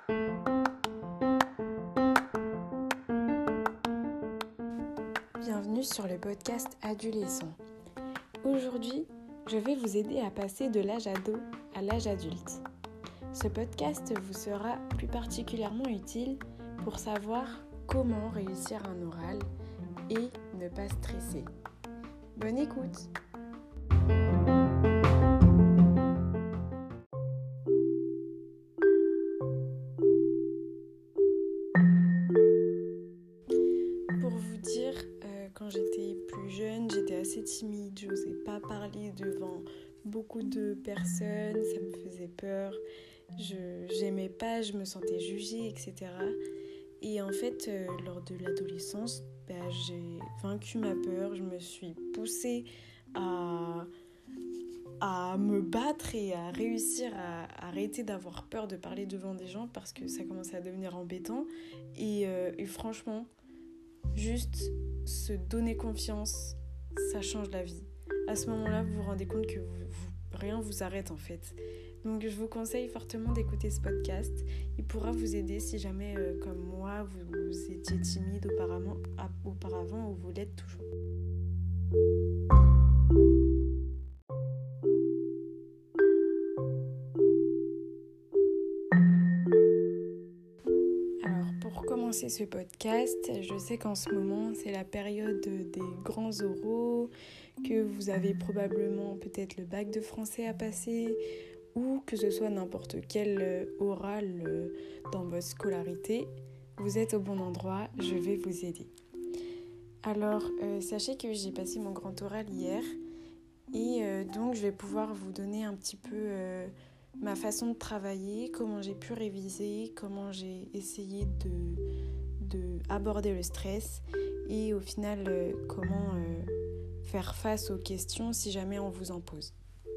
Bienvenue sur le podcast Adolescent. Aujourd'hui, je vais vous aider à passer de l'âge ado à l'âge adulte. Ce podcast vous sera plus particulièrement utile pour savoir comment réussir un oral et ne pas stresser. Bonne écoute! Pour vous dire, quand j'étais plus jeune, j'étais assez timide, je n'osais pas parler devant beaucoup de personnes, ça me faisait peur, j'aimais pas, je me sentais jugée, etc. Et en fait, lors de l'adolescence, j'ai vaincu ma peur, je me suis poussée à me battre et à réussir à arrêter d'avoir peur de parler devant des gens parce que ça commençait à devenir embêtant. Et franchement, juste se donner confiance, ça change la vie. À ce moment-là, vous vous rendez compte que rien vous arrête en fait. Donc je vous conseille fortement d'écouter ce podcast. Il pourra vous aider si jamais, comme moi, vous étiez timide auparavant ou vous l'êtes toujours. Alors pour commencer ce podcast, je sais qu'en ce moment c'est la période des grands oraux, que vous avez probablement peut-être le bac de français à passer, ou que ce soit n'importe quel oral dans votre scolarité, vous êtes au bon endroit, je vais vous aider. Alors, sachez que j'ai passé mon grand oral hier et donc je vais pouvoir vous donner un petit peu ma façon de travailler, comment j'ai pu réviser, comment j'ai essayé de aborder le stress et au final comment faire face aux questions si jamais on vous en pose.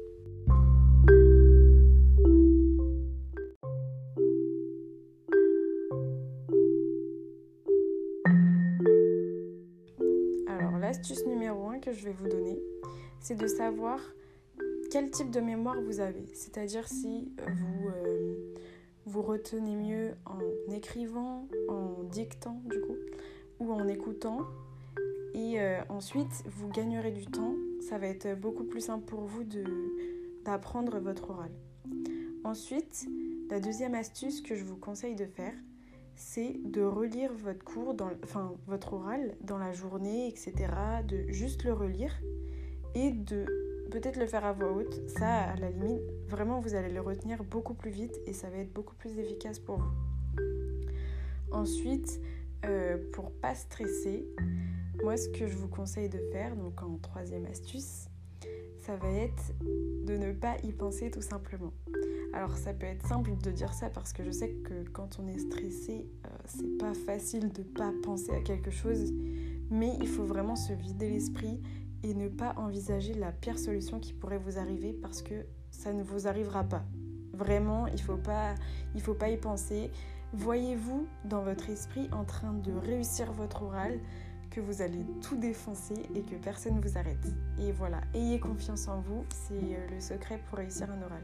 Alors, l'astuce numéro 1 que je vais vous donner, c'est de savoir quel type de mémoire vous avez. C'est-à-dire si vous retenez mieux en écrivant, en dictant du coup, ou en écoutant. Et ensuite, vous gagnerez du temps. Ça va être beaucoup plus simple pour vous d'apprendre votre oral. Ensuite, la deuxième astuce que je vous conseille de faire, c'est de relire votre cours, votre oral dans la journée, etc. De juste le relire et de peut-être le faire à voix haute. Ça, à la limite, vraiment, vous allez le retenir beaucoup plus vite et ça va être beaucoup plus efficace pour vous. Ensuite, pour pas stresser, moi, ce que je vous conseille de faire, donc en troisième astuce, ça va être de ne pas y penser tout simplement. Alors ça peut être simple de dire ça parce que je sais que quand on est stressé, c'est pas facile de pas penser à quelque chose, mais il faut vraiment se vider l'esprit et ne pas envisager la pire solution qui pourrait vous arriver parce que ça ne vous arrivera pas. Vraiment, il faut pas y penser. Voyez-vous dans votre esprit en train de réussir votre oral, que vous allez tout défoncer et que personne ne vous arrête. Et voilà, ayez confiance en vous, c'est le secret pour réussir un oral.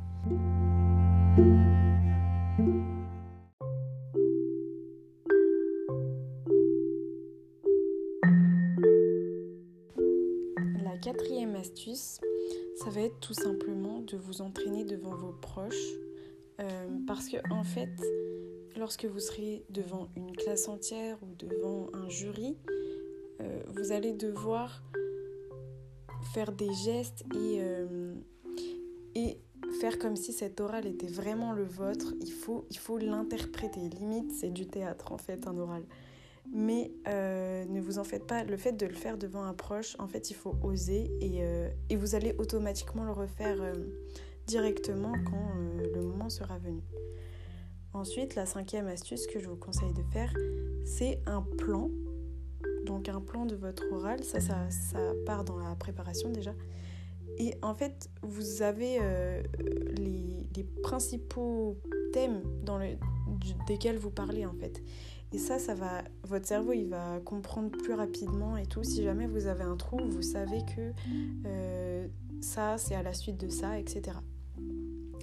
La quatrième astuce, ça va être tout simplement de vous entraîner devant vos proches parce que en fait, lorsque vous serez devant une classe entière ou devant un jury, vous allez devoir faire des gestes et faire comme si cet oral était vraiment le vôtre. Il faut l'interpréter. Limite, c'est du théâtre en fait, un oral. Mais ne vous en faites pas. Le fait de le faire devant un proche, en fait, il faut oser et vous allez automatiquement le refaire directement quand le moment sera venu. Ensuite, la cinquième astuce que je vous conseille de faire, c'est un plan. Donc un plan de votre oral, ça part dans la préparation déjà. Et en fait, vous avez les principaux thèmes desquels vous parlez en fait. Et ça va, votre cerveau il va comprendre plus rapidement et tout. Si jamais vous avez un trou, vous savez que ça c'est à la suite de ça, etc.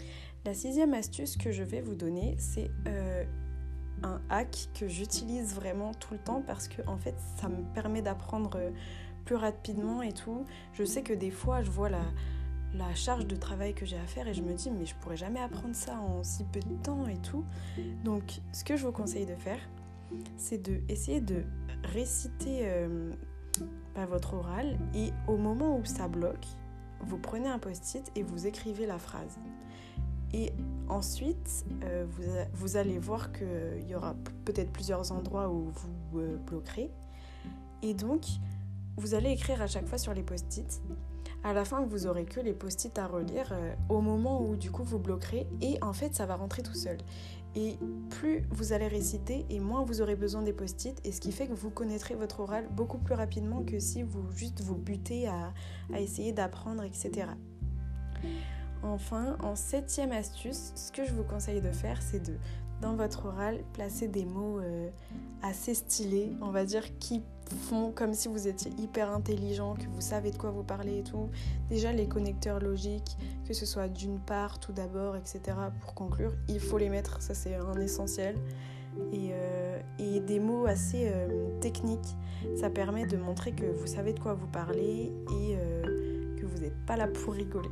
La 6e astuce que je vais vous donner, c'est un hack que j'utilise vraiment tout le temps parce que en fait, ça me permet d'apprendre plus rapidement et tout. Je sais que des fois, je vois la charge de travail que j'ai à faire et je me dis mais je pourrais jamais apprendre ça en si peu de temps et tout. Donc, ce que je vous conseille de faire, c'est d'essayer de réciter votre oral et au moment où ça bloque, vous prenez un post-it et vous écrivez la phrase. Et ensuite, vous allez voir qu'il y aura peut-être plusieurs endroits où vous bloquerez. Et donc, vous allez écrire à chaque fois sur les post-it. À la fin, vous aurez que les post-it à relire au moment où du coup vous bloquerez. Et en fait, ça va rentrer tout seul. Et plus vous allez réciter et moins vous aurez besoin des post-it. Et ce qui fait que vous connaîtrez votre oral beaucoup plus rapidement que si vous butez à essayer d'apprendre, etc. Enfin, en 7e astuce, ce que je vous conseille de faire, c'est dans votre oral, placer des mots assez stylés, on va dire, qui font comme si vous étiez hyper intelligent, que vous savez de quoi vous parlez et tout. Déjà, les connecteurs logiques, que ce soit d'une part, tout d'abord, etc. Pour conclure, il faut les mettre, ça c'est un essentiel. Et des mots assez techniques, ça permet de montrer que vous savez de quoi vous parlez et que vous n'êtes pas là pour rigoler.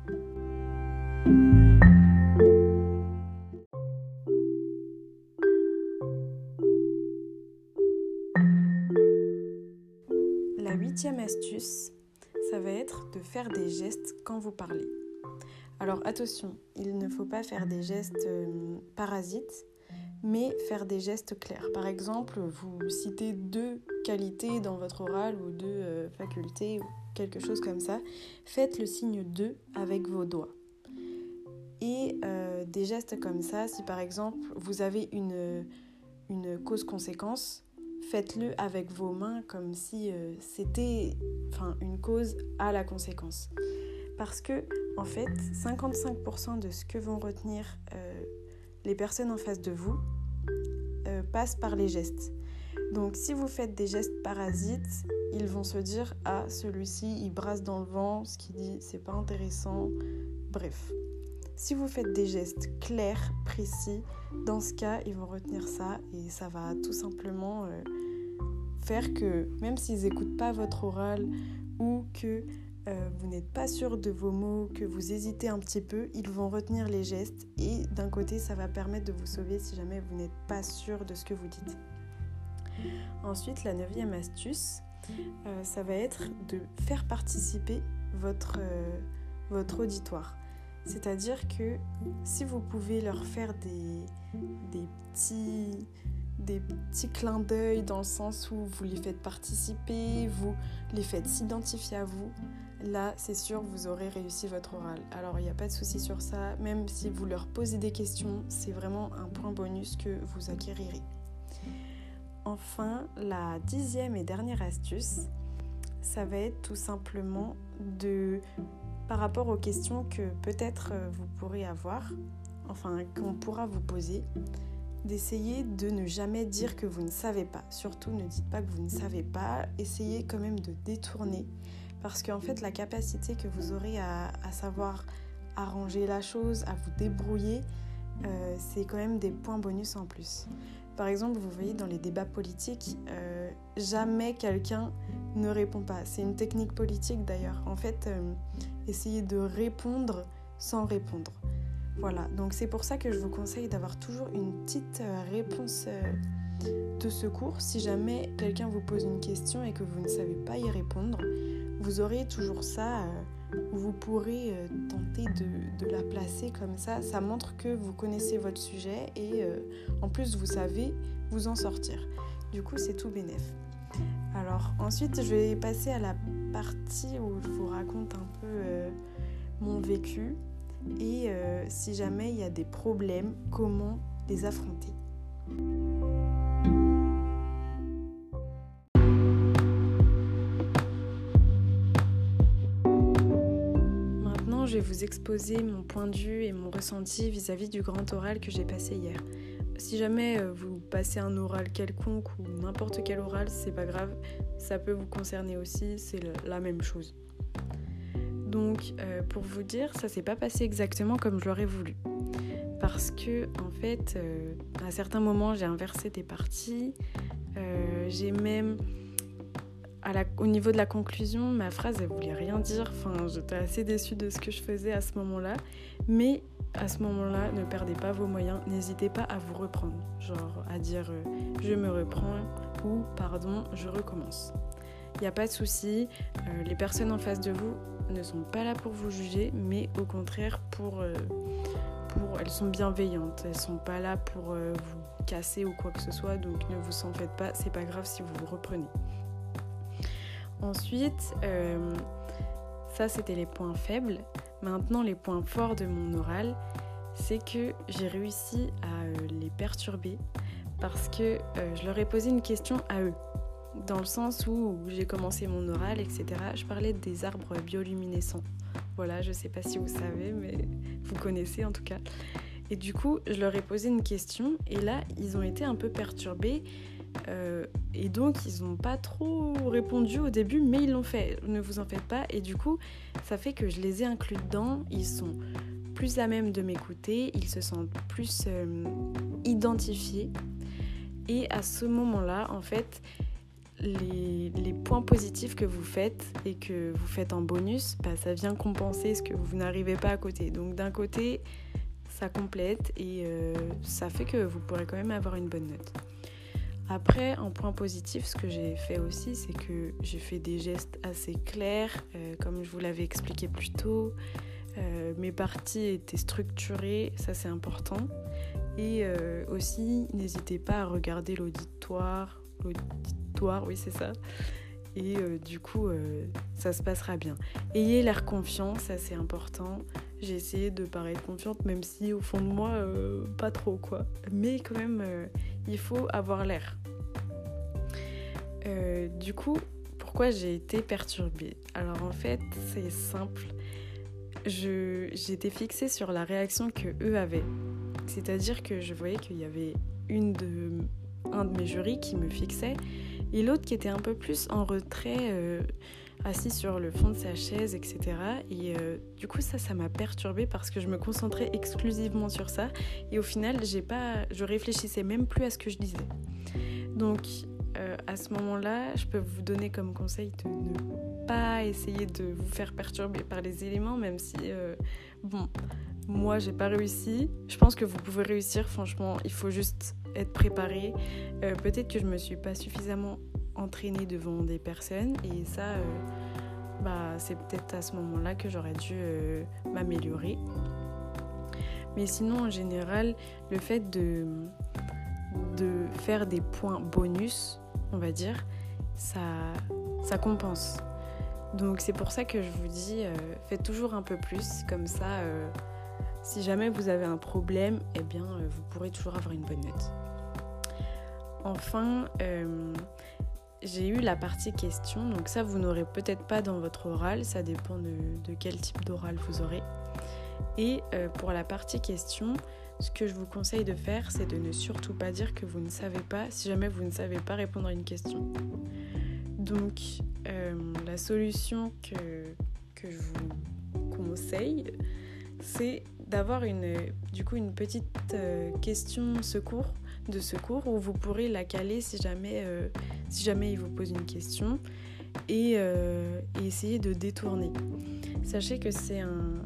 La 8e astuce, ça va être de faire des gestes quand vous parlez. Alors attention, il ne faut pas faire des gestes parasites, mais faire des gestes clairs. Par exemple, vous citez 2 qualités dans votre oral ou 2 facultés ou quelque chose comme ça. Faites le signe 2 avec vos doigts. Et des gestes comme ça, si par exemple vous avez une cause-conséquence, faites-le avec vos mains comme si c'était une cause à la conséquence. Parce que, en fait, 55% de ce que vont retenir les personnes en face de vous passe par les gestes. Donc, si vous faites des gestes parasites, ils vont se dire « Ah, celui-ci, il brasse dans le vent, ce qu'il dit, c'est pas intéressant. » Bref. Si vous faites des gestes clairs, précis, dans ce cas, ils vont retenir ça et ça va tout simplement faire que, même s'ils n'écoutent pas votre oral ou que vous n'êtes pas sûr de vos mots, que vous hésitez un petit peu, ils vont retenir les gestes et d'un côté, ça va permettre de vous sauver si jamais vous n'êtes pas sûr de ce que vous dites. Ensuite, la 9e astuce, ça va être de faire participer votre auditoire. C'est-à-dire que si vous pouvez leur faire des petits clins d'œil dans le sens où vous les faites participer, vous les faites s'identifier à vous, là, c'est sûr, vous aurez réussi votre oral. Alors, il n'y a pas de souci sur ça. Même si vous leur posez des questions, c'est vraiment un point bonus que vous acquérirez. Enfin, la 10e et dernière astuce, ça va être tout simplement par rapport aux questions que peut-être vous pourrez avoir, qu'on pourra vous poser, d'essayer de ne jamais dire que vous ne savez pas. Surtout, ne dites pas que vous ne savez pas. Essayez quand même de détourner. Parce qu'en fait, la capacité que vous aurez à savoir arranger la chose, à vous débrouiller, c'est quand même des points bonus en plus. Par exemple, vous voyez dans les débats politiques, jamais quelqu'un ne répond pas. C'est une technique politique d'ailleurs. En fait, essayez de répondre sans répondre. Voilà, donc c'est pour ça que je vous conseille d'avoir toujours une petite réponse de secours. Si jamais quelqu'un vous pose une question et que vous ne savez pas y répondre, vous aurez toujours ça où vous pourrez tenter de la placer comme ça. Ça montre que vous connaissez votre sujet et en plus vous savez vous en sortir. Du coup, c'est tout bénef. Alors ensuite, je vais passer à la partie où je vous raconte un peu mon vécu et si jamais il y a des problèmes, comment les affronter. Maintenant, je vais vous exposer mon point de vue et mon ressenti vis-à-vis du grand oral que j'ai passé hier. Si jamais vous passez un oral quelconque ou n'importe quel oral, c'est pas grave, ça peut vous concerner aussi, c'est la même chose. Donc, pour vous dire, ça s'est pas passé exactement comme je l'aurais voulu. parce que en fait, à certains moments, j'ai inversé des parties. J'ai même, au niveau de la conclusion, ma phrase, elle voulait rien dire. Enfin, j'étais assez déçue de ce que je faisais à ce moment-là. Mais à ce moment-là, ne perdez pas vos moyens. N'hésitez pas à vous reprendre. Genre à dire je me reprends ou pardon, je recommence. Il n'y a pas de souci. Les personnes en face de vous ne sont pas là pour vous juger, mais au contraire elles sont bienveillantes. Elles ne sont pas là pour vous casser ou quoi que ce soit. Donc ne vous en faites pas. C'est pas grave si vous vous reprenez. Ensuite, ça c'était les points faibles. Maintenant, les points forts de mon oral, c'est que j'ai réussi à les perturber parce que je leur ai posé une question à eux. Dans le sens où j'ai commencé mon oral, etc. Je parlais des arbres bioluminescents. Voilà, je sais pas si vous savez, mais vous connaissez en tout cas. Et du coup, je leur ai posé une question et là, ils ont été un peu perturbés. Et donc ils n'ont pas trop répondu au début, mais ils l'ont fait, ne vous en faites pas. Et du coup ça fait que je les ai inclus dedans. Ils sont plus à même de m'écouter, ils se sentent plus identifiés. Et à ce moment-là, en fait, les points positifs que vous faites et que vous faites en bonus, ça vient compenser ce que vous n'arrivez pas à côté. Donc d'un côté ça complète et ça fait que vous pourrez quand même avoir une bonne note. Après, en point positif, ce que j'ai fait aussi, c'est que j'ai fait des gestes assez clairs, comme je vous l'avais expliqué plus tôt. Mes parties étaient structurées, ça c'est important. Et aussi, n'hésitez pas à regarder l'auditoire, oui c'est ça. Et du coup, ça se passera bien. Ayez l'air confiant, ça c'est important. J'ai essayé de paraître confiante, même si au fond de moi, pas trop quoi. Mais quand même, il faut avoir l'air. Du coup, pourquoi j'ai été perturbée ? Alors en fait, c'est simple. J'étais fixée sur la réaction que eux avaient. C'est-à-dire que je voyais qu'il y avait un de mes jurys qui me fixait et l'autre qui était un peu plus en retrait, assis sur le fond de sa chaise, etc. Et du coup, ça m'a perturbée parce que je me concentrais exclusivement sur ça. Et au final, je réfléchissais même plus à ce que je disais. Donc, à ce moment-là, je peux vous donner comme conseil de ne pas essayer de vous faire perturber par les éléments, même si, moi, j'ai pas réussi. Je pense que vous pouvez réussir. Franchement, il faut juste être préparé. Peut-être que je me suis pas suffisamment entraînée devant des personnes et ça, c'est peut-être à ce moment-là que j'aurais dû m'améliorer. Mais sinon, en général, le fait de faire des points bonus, on va dire, ça compense. Donc c'est pour ça que je vous dis, faites toujours un peu plus, comme ça, si jamais vous avez un problème, eh bien, vous pourrez toujours avoir une bonne note. Enfin, j'ai eu la partie question, donc ça vous n'aurez peut-être pas dans votre oral, ça dépend de quel type d'oral vous aurez. Et pour la partie question, ce que je vous conseille de faire, c'est de ne surtout pas dire que vous ne savez pas, si jamais vous ne savez pas répondre à une question. Donc, la solution que je vous conseille, c'est d'avoir une petite question de secours où vous pourrez la caler si jamais il vous pose une question et essayer de détourner. Sachez que c'est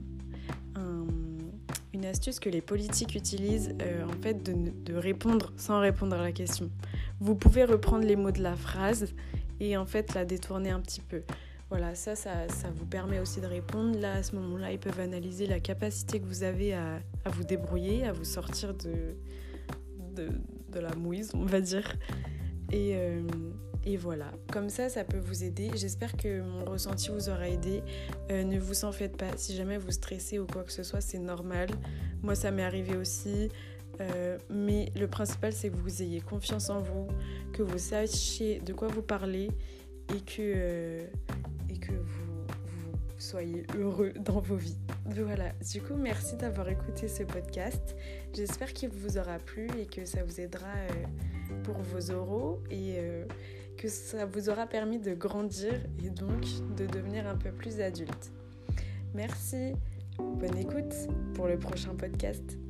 une astuce que les politiques utilisent en fait de répondre sans répondre à la question. Vous pouvez reprendre les mots de la phrase et en fait la détourner un petit peu. Voilà, ça vous permet aussi de répondre. Là, à ce moment-là, ils peuvent analyser la capacité que vous avez à vous débrouiller, à vous sortir de la mouise, on va dire. Et voilà, comme ça peut vous aider. J'espère que mon ressenti vous aura aidé. Ne vous en faites pas. Si jamais vous stressez ou quoi que ce soit, c'est normal. Moi, ça m'est arrivé aussi. Mais le principal, c'est que vous ayez confiance en vous, que vous sachiez de quoi vous parlez et que vous soyez heureux dans vos vies. Voilà, du coup, merci d'avoir écouté ce podcast. J'espère qu'il vous aura plu et que ça vous aidera pour vos oraux et que ça vous aura permis de grandir et donc de devenir un peu plus adulte. Merci, bonne écoute pour le prochain podcast.